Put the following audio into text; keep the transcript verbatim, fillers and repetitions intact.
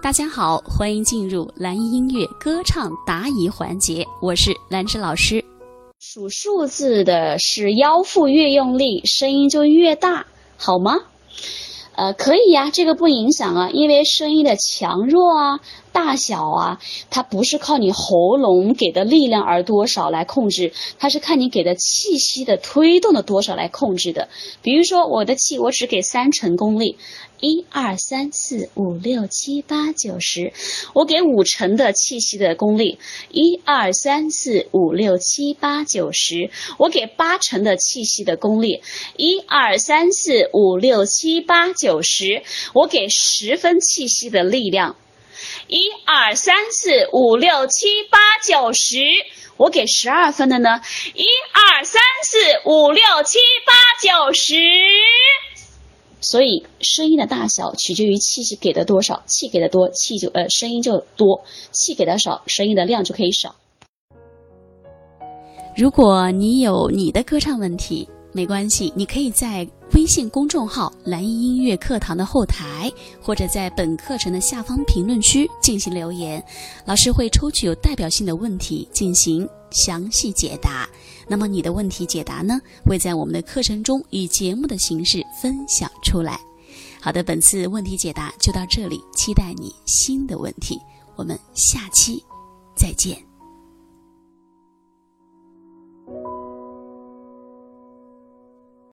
大家好，欢迎进入蓝音音乐歌唱答疑环节，我是兰芝老师。 数数字的是腰腹越用力，声音就越大，好吗？呃，可以呀，这个不影响啊，因为声音的强弱啊、大小啊，它不是靠你喉咙给的力量而多少来控制，它是看你给的气息的推动的多少来控制的。比如说我的气，我只给三成功力，一二三四五六七八九十，我给五成的气息的功力，一二三四五六七八九十，我给八成的气息的功力，一二三四五六七八九十，我给十分气息的力量，一二三四五六七八九十，我给十二分的呢，一二三四五六七八九十。所以声音的大小取决于气息给的多少，气给的多，气就呃声音就多，气给的少，声音的量就可以少。 如果你有你的歌唱问题，没关系，你可以在微信公众号蓝音音乐课堂的后台，或者在本课程的下方评论区进行留言，老师会抽取有代表性的问题进行详细解答。那么你的问题解答呢，会在我们的课程中以节目的形式分享出来。好的，本次问题解答就到这里，期待你新的问题，我们下期再见。